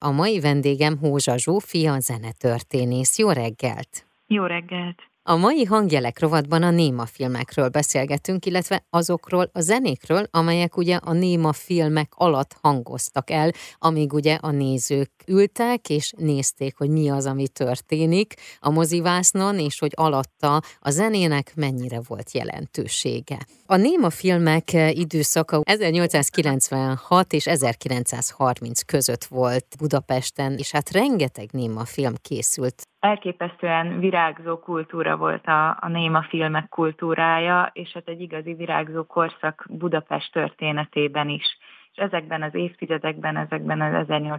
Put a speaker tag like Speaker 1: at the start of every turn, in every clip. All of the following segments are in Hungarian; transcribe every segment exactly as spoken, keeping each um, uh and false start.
Speaker 1: A mai vendégem Hózsa Zsófia, zenetörténész. Jó reggelt!
Speaker 2: Jó reggelt!
Speaker 1: A mai Hangjelek rovatban a néma filmekről beszélgetünk, illetve azokról a zenékről, amelyek ugye a néma filmek alatt hangoztak el, amíg ugye a nézők ültek és nézték, hogy mi az, ami történik a mozivásznon, és hogy alatta a zenének mennyire volt jelentősége. A néma filmek időszaka ezernyolcszázkilencvenhat és ezerkilencszázharminc között volt Budapesten, és hát rengeteg néma film készült.
Speaker 2: Elképesztően virágzó kultúra volt a, a néma filmek kultúrája, és hát egy igazi virágzó korszak Budapest történetében is. És ezekben az évtizedekben, ezekben az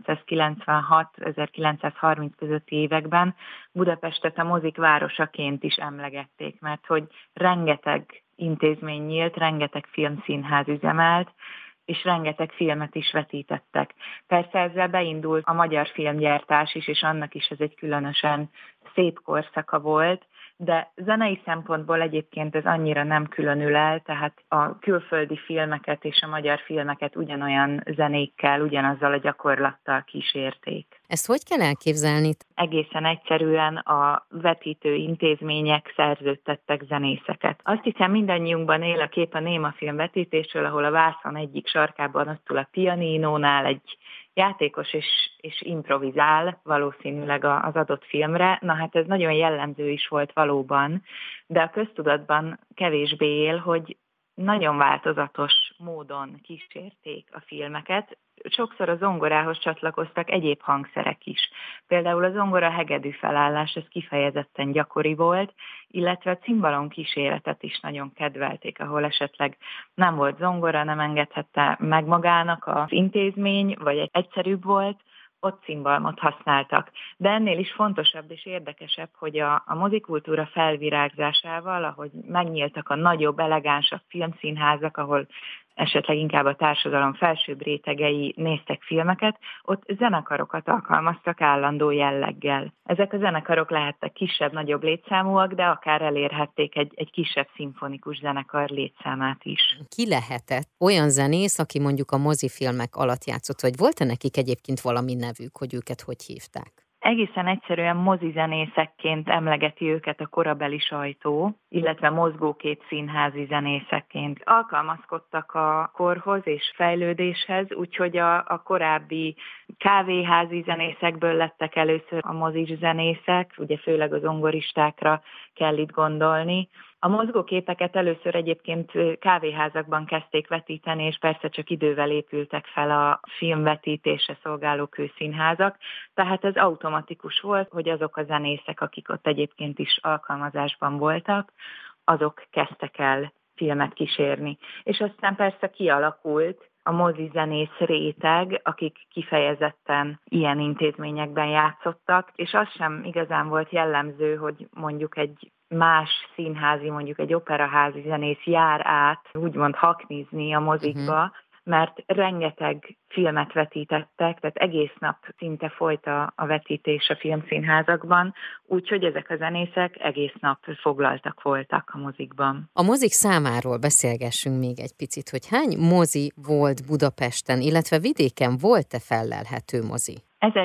Speaker 2: ezernyolcszázkilencvenhat-ezerkilencszázharminc közötti években Budapestet a mozik városaként is emlegették, mert hogy rengeteg intézmény nyílt, rengeteg filmszínház üzemelt, és rengeteg filmet is vetítettek. Persze ezzel beindult a magyar filmgyártás is, és annak is ez egy különösen szép korszaka volt, de zenei szempontból egyébként ez annyira nem különül el, tehát a külföldi filmeket és a magyar filmeket ugyanolyan zenékkel, ugyanazzal a gyakorlattal kísérték.
Speaker 1: Ezt hogy kell elképzelni?
Speaker 2: Egészen egyszerűen a vetítő intézmények szerződtettek zenészeket. Azt hiszem mindannyiunkban él a kép a némafilm vetítésről, ahol a vászon egyik sarkában ott ül a pianinónál egy játékos és, és improvizál valószínűleg az adott filmre. Na hát ez nagyon jellemző is volt valóban, de a köztudatban kevésbé él, hogy nagyon változatos módon kísérték a filmeket. Sokszor a zongorához csatlakoztak egyéb hangszerek is. Például a zongora hegedű felállás, ez kifejezetten gyakori volt, illetve a cimbalom kíséretet is nagyon kedvelték, ahol esetleg nem volt zongora, nem engedhette meg magának az intézmény, vagy egyszerűbb volt, ott cimbalmot használtak. De ennél is fontosabb és érdekesebb, hogy a, a mozikultúra felvirágzásával, ahogy megnyíltak a nagyobb, elegánsabb filmszínházak, ahol esetleg inkább a társadalom felsőbb rétegei néztek filmeket, ott zenekarokat alkalmaztak állandó jelleggel. Ezek a zenekarok lehettek kisebb-nagyobb létszámúak, de akár elérhették egy, egy kisebb szimfonikus zenekar létszámát is.
Speaker 1: Ki lehetett olyan zenész, aki mondjuk a mozifilmek alatt játszott, vagy volt-e nekik egyébként valami nevük, hogy őket hogy hívták?
Speaker 2: Egészen egyszerűen mozizenészekként emlegeti őket a korabeli sajtó, illetve mozgókép színházi zenészekként. Alkalmazkodtak a korhoz és fejlődéshez, úgyhogy a, a korábbi kávéházi zenészekből lettek először a mozis zenészek, ugye főleg az zongoristákra kell itt gondolni. A mozgóképeket először egyébként kávéházakban kezdték vetíteni, és persze csak idővel épültek fel a filmvetítésre szolgáló kőszínházak, tehát ez automatikus volt, hogy azok a zenészek, akik ott egyébként is alkalmazásban voltak, azok kezdtek el filmet kísérni. És aztán persze kialakult a mozizenész réteg, akik kifejezetten ilyen intézményekben játszottak, és az sem igazán volt jellemző, hogy mondjuk egy más színházi, mondjuk egy operaházi zenész jár át, úgymond haknizni a mozikba, uh-huh. mert rengeteg filmet vetítettek, tehát egész nap szinte folyt a, a vetítés a filmszínházakban, úgyhogy ezek a zenészek egész nap foglaltak voltak a mozikban.
Speaker 1: A mozik számáról beszélgessünk még egy picit, hogy hány mozi volt Budapesten, illetve vidéken volt-e fellelhető mozi?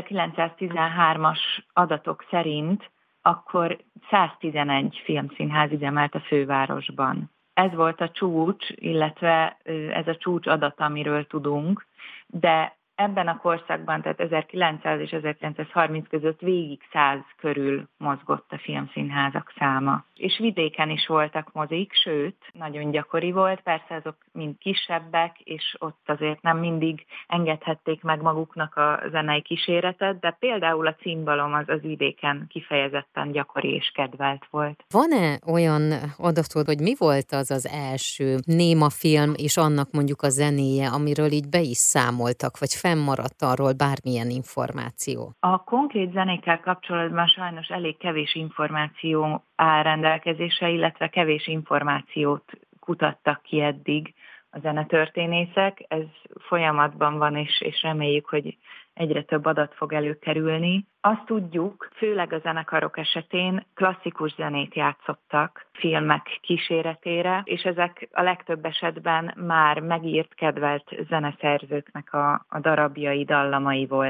Speaker 2: ezerkilencszáztizenhármas adatok szerint akkor száztizenegy filmszínház üzemelt a fővárosban. Ez volt a csúcs, illetve ez a csúcs adat, amiről tudunk, de ebben a korszakban, tehát ezerkilencszáz és ezerkilencszázharminc között végig száz körül mozgott a filmszínházak száma. És vidéken is voltak mozik, sőt, nagyon gyakori volt, persze azok mind kisebbek, és ott azért nem mindig engedhették meg maguknak a zenei kíséretet, de például a cimbalom az az vidéken kifejezetten gyakori és kedvelt volt.
Speaker 1: Van-e olyan adatod, hogy mi volt az az első néma film, és annak mondjuk a zenéje, amiről így be is számoltak, vagy fennmaradt arról bármilyen információ?
Speaker 2: A konkrét zenékkel kapcsolatban sajnos elég kevés információ áll rendelkezésre, illetve kevés információt kutattak ki eddig a zenetörténészek. Ez folyamatban van, és, és reméljük, hogy egyre több adat fog előkerülni. Azt tudjuk, főleg a zenekarok esetén klasszikus zenét játszottak filmek kíséretére, és ezek a legtöbb esetben már megírt, kedvelt zeneszerzőknek a, a darabjai, dallamai voltak.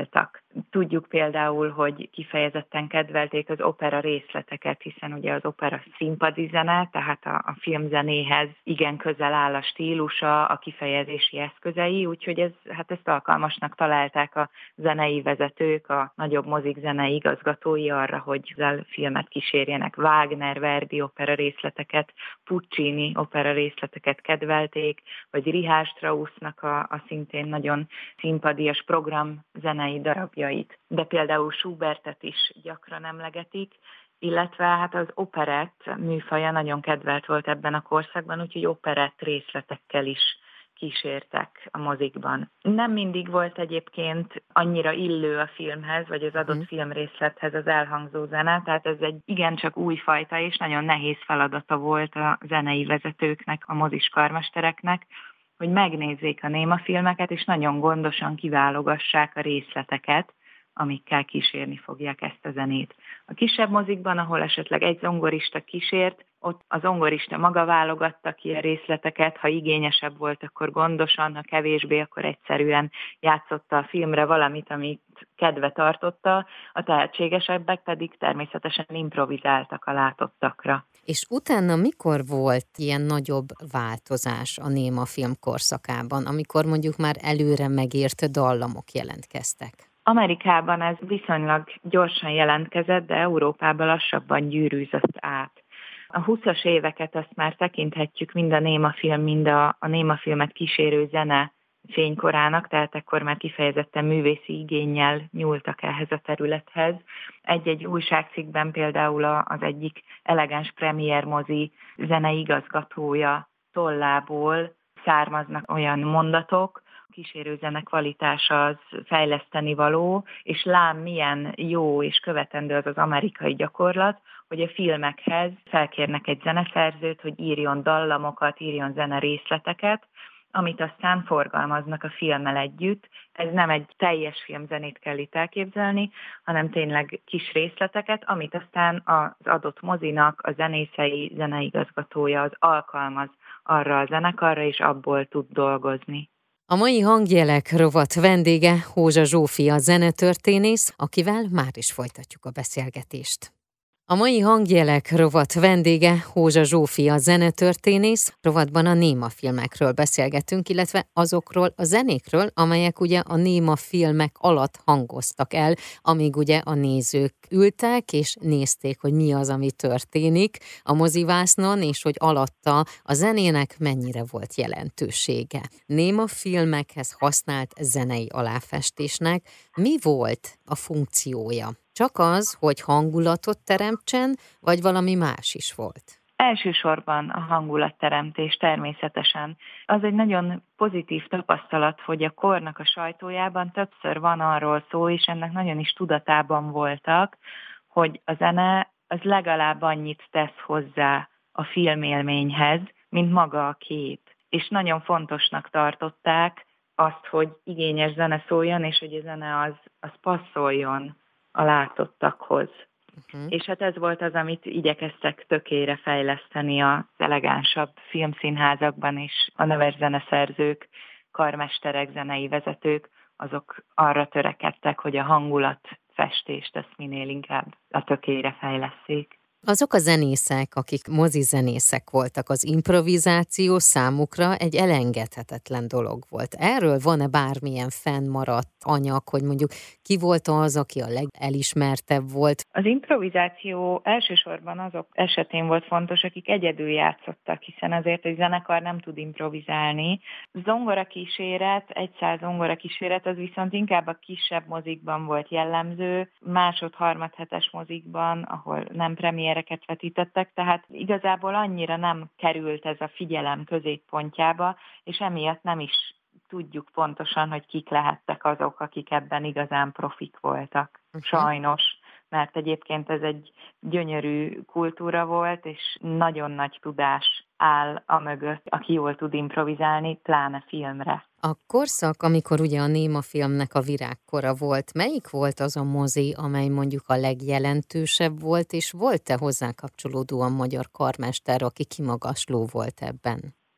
Speaker 2: Tudjuk például, hogy kifejezetten kedvelték az opera részleteket, hiszen ugye az opera színpadi zene, tehát a, a filmzenéhez igen közel áll a stílusa, a kifejezési eszközei, úgyhogy ez, hát ezt alkalmasnak találták a zenei vezetők, a nagyobb mozik zenei igazgatói arra, hogy ezzel filmet kísérjenek. Wagner, Verdi opera részleteket, Puccini opera részleteket kedvelték, vagy Richard Straussnak a, a szintén nagyon színpadias program zenei darabjait. De például Schubertet is gyakran emlegetik, illetve hát az operett műfaja nagyon kedvelt volt ebben a korszakban, úgyhogy operett részletekkel is kísértek a mozikban. Nem mindig volt egyébként annyira illő a filmhez, vagy az adott filmrészlethez az elhangzó zene, tehát ez egy igencsak újfajta és nagyon nehéz feladata volt a zenei vezetőknek, a mozis karmestereknek, hogy megnézzék a némafilmeket, és nagyon gondosan kiválogassák a részleteket, amikkel kísérni fogják ezt a zenét. A kisebb mozikban, ahol esetleg egy zongorista kísért, ott a zongorista maga válogatta ki a részleteket, ha igényesebb volt, akkor gondosan, ha kevésbé, akkor egyszerűen játszotta a filmre valamit, amit kedve tartotta, a tehetségesebbek pedig természetesen improvizáltak a látottakra.
Speaker 1: És utána mikor volt ilyen nagyobb változás a némafilm korszakában, amikor mondjuk már előre megírt dallamok jelentkeztek?
Speaker 2: Amerikában ez viszonylag gyorsan jelentkezett, de Európában lassabban gyűrűzött át. A húszas éveket azt már tekinthetjük mind a némafilm, mind a, a némafilmet kísérő zene fénykorának, tehát ekkor már kifejezetten művészi igénnyel nyúltak ehhez a területhez. Egy-egy újságcikkben például az egyik elegáns premier mozi zenei igazgatója tollából származnak olyan mondatok, kísérőzene kvalitása az fejleszteni való, és lám milyen jó és követendő az az amerikai gyakorlat, hogy a filmekhez felkérnek egy zeneszerzőt, hogy írjon dallamokat, írjon zene részleteket, amit aztán forgalmaznak a filmmel együtt. Ez nem egy teljes filmzenét kell itt elképzelni, hanem tényleg kis részleteket, amit aztán az adott mozinak a zenészei, zeneigazgatója az alkalmaz arra a zenekarra, és abból tud dolgozni.
Speaker 1: A mai Hangjelek rovat vendége Hózsa Zsófia zenetörténész, akivel már is folytatjuk a beszélgetést. A mai Hangjelek rovat vendége Hózsa Zsófia zenetörténész, rovatban a némafilmekről beszélgetünk, illetve azokról a zenékről, amelyek ugye a némafilmek alatt hangoztak el, amíg ugye a nézők ültek és nézték, hogy mi az, ami történik a mozivásznon, és hogy alatta a zenének mennyire volt jelentősége. Némafilmekhez használt zenei aláfestésnek mi volt a funkciója? Csak az, hogy hangulatot teremtsen, vagy valami más is volt?
Speaker 2: Elsősorban a hangulatteremtés természetesen. Az egy nagyon pozitív tapasztalat, hogy a kornak a sajtójában többször van arról szó, és ennek nagyon is tudatában voltak, hogy a zene az legalább annyit tesz hozzá a filmélményhez, mint maga a kép. És nagyon fontosnak tartották azt, hogy igényes zene szóljon, és hogy a zene az, az passzoljon a látottakhoz. Uh-huh. És hát ez volt az, amit igyekeztek tökére fejleszteni az elegánsabb filmszínházakban is. A neves zeneszerzők, karmesterek, zenei vezetők, azok arra törekedtek, hogy a hangulatfestést ezt minél inkább a tökére fejlesszék.
Speaker 1: Azok a zenészek, akik mozizenészek voltak, az improvizáció számukra egy elengedhetetlen dolog volt. Erről van-e bármilyen fennmaradt anyag, hogy mondjuk ki volt az, aki a legelismertebb volt?
Speaker 2: Az improvizáció elsősorban azok esetén volt fontos, akik egyedül játszottak, hiszen azért egy zenekar nem tud improvizálni. Zongorakíséret, egyszáz zongorakíséret, az viszont inkább a kisebb mozikban volt jellemző, másod-harmad hetes mozikban, ahol nem premier ereket vetítettek, tehát igazából annyira nem került ez a figyelem középpontjába, és emiatt nem is tudjuk pontosan, hogy kik lehettek azok, akik ebben igazán profik voltak. Uh-huh. Sajnos, mert egyébként ez egy gyönyörű kultúra volt, és nagyon nagy tudás áll a mögött, aki jól tud improvizálni, pláne filmre.
Speaker 1: A korszak, amikor ugye a némafilmnek a virágkora volt, melyik volt az a mozi, amely mondjuk a legjelentősebb volt, és volt-e hozzá kapcsolódóan magyar karmester, aki kimagasló volt ebben?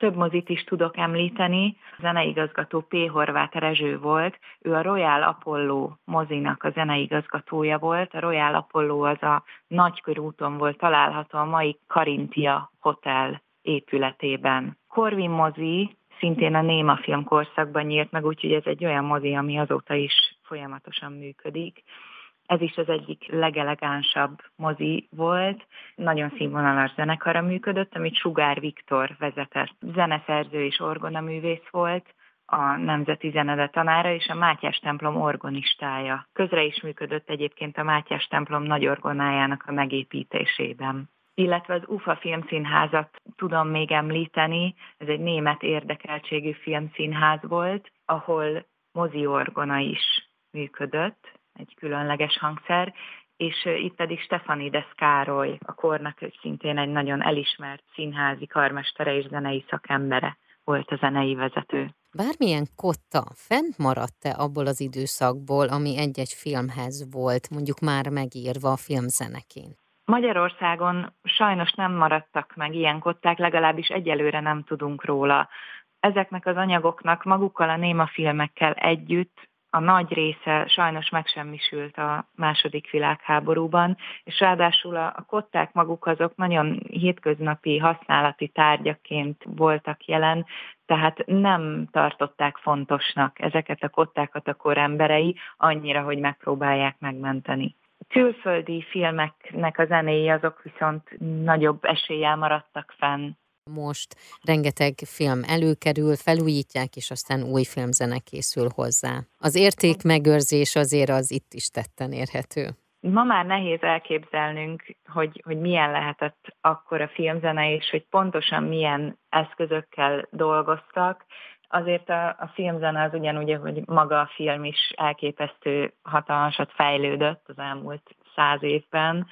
Speaker 2: Több mozit is tudok említeni. A zeneigazgató P. Horváth Rezső volt, ő a Royal Apollo mozinak a zeneigazgatója volt. A Royal Apollo az a Nagykörúton volt található, a mai Karintia Hotel épületében. Corvin mozi szintén a Néma Film korszakban nyílt meg, úgyhogy ez egy olyan mozi, ami azóta is folyamatosan működik. Ez is az egyik legelegánsabb mozi volt. Nagyon színvonalas zenekara működött, amit Sugár Viktor vezetett. Zeneszerző és orgonaművész volt, a Nemzeti Zenede tanára és a Mátyás templom orgonistája. Közre is működött egyébként a Mátyás templom nagyorgonájának a megépítésében. Illetve az UFA Filmszínházat tudom még említeni, ez egy német érdekeltségű filmszínház volt, ahol moziorgona is működött, egy különleges hangszer, és itt pedig Stefanides Károly, a kornak szintén egy nagyon elismert színházi karmestere és zenei szakembere volt a zenei vezető.
Speaker 1: Bármilyen kotta fent maradt-e abból az időszakból, ami egy-egy filmhez volt, mondjuk már megírva a filmzeneként?
Speaker 2: Magyarországon sajnos nem maradtak meg ilyen kották, legalábbis egyelőre nem tudunk róla. Ezeknek az anyagoknak magukkal a néma filmekkel együtt a nagy része sajnos megsemmisült a második világháborúban, és ráadásul a kották maguk azok nagyon hétköznapi használati tárgyaként voltak jelen, tehát nem tartották fontosnak ezeket a kottákat a kor emberei annyira, hogy megpróbálják megmenteni. Külföldi filmeknek a zenéi azok viszont nagyobb eséllyel maradtak fenn.
Speaker 1: Most rengeteg film előkerül, felújítják, és aztán új filmzene készül hozzá. Az értékmegőrzés azért az itt is tetten érhető.
Speaker 2: Ma már nehéz elképzelnünk, hogy, hogy milyen lehetett akkor a filmzene, és hogy pontosan milyen eszközökkel dolgoztak. Azért a, a filmzene az ugyanúgy, hogy maga a film is elképesztő hatalmasat fejlődött az elmúlt száz évben.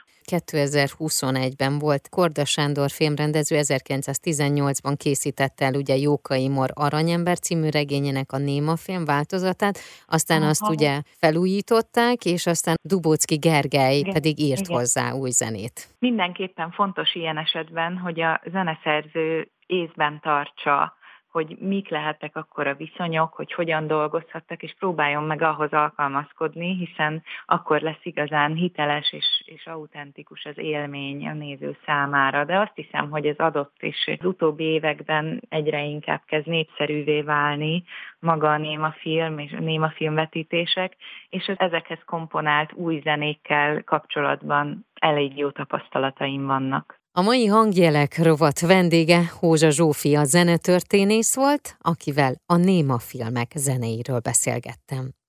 Speaker 1: kétezer-huszonegyben volt Korda Sándor filmrendező, ezerkilencszáztizennyolcban készítette el ugye Jókai Mor Aranyember című regényének a Néma film változatát, aztán Aha. azt ugye felújították, és aztán Dubóczky Gergely Igen. pedig írt Igen. hozzá új zenét.
Speaker 2: Mindenképpen fontos ilyen esetben, hogy a zeneszerző észben tartsa, hogy mik lehettek akkor a viszonyok, hogy hogyan dolgozhattak, és próbáljon meg ahhoz alkalmazkodni, hiszen akkor lesz igazán hiteles és, és autentikus az élmény a néző számára. De azt hiszem, hogy ez adott, és az utóbbi években egyre inkább kezd népszerűvé válni maga a néma film és a néma filmvetítések, és az ezekhez komponált új zenékkel kapcsolatban elég jó tapasztalataim vannak.
Speaker 1: A mai Hangjelek rovat vendége Hózsa Zsófia zenetörténész volt, akivel a néma filmek zenéiről beszélgettem.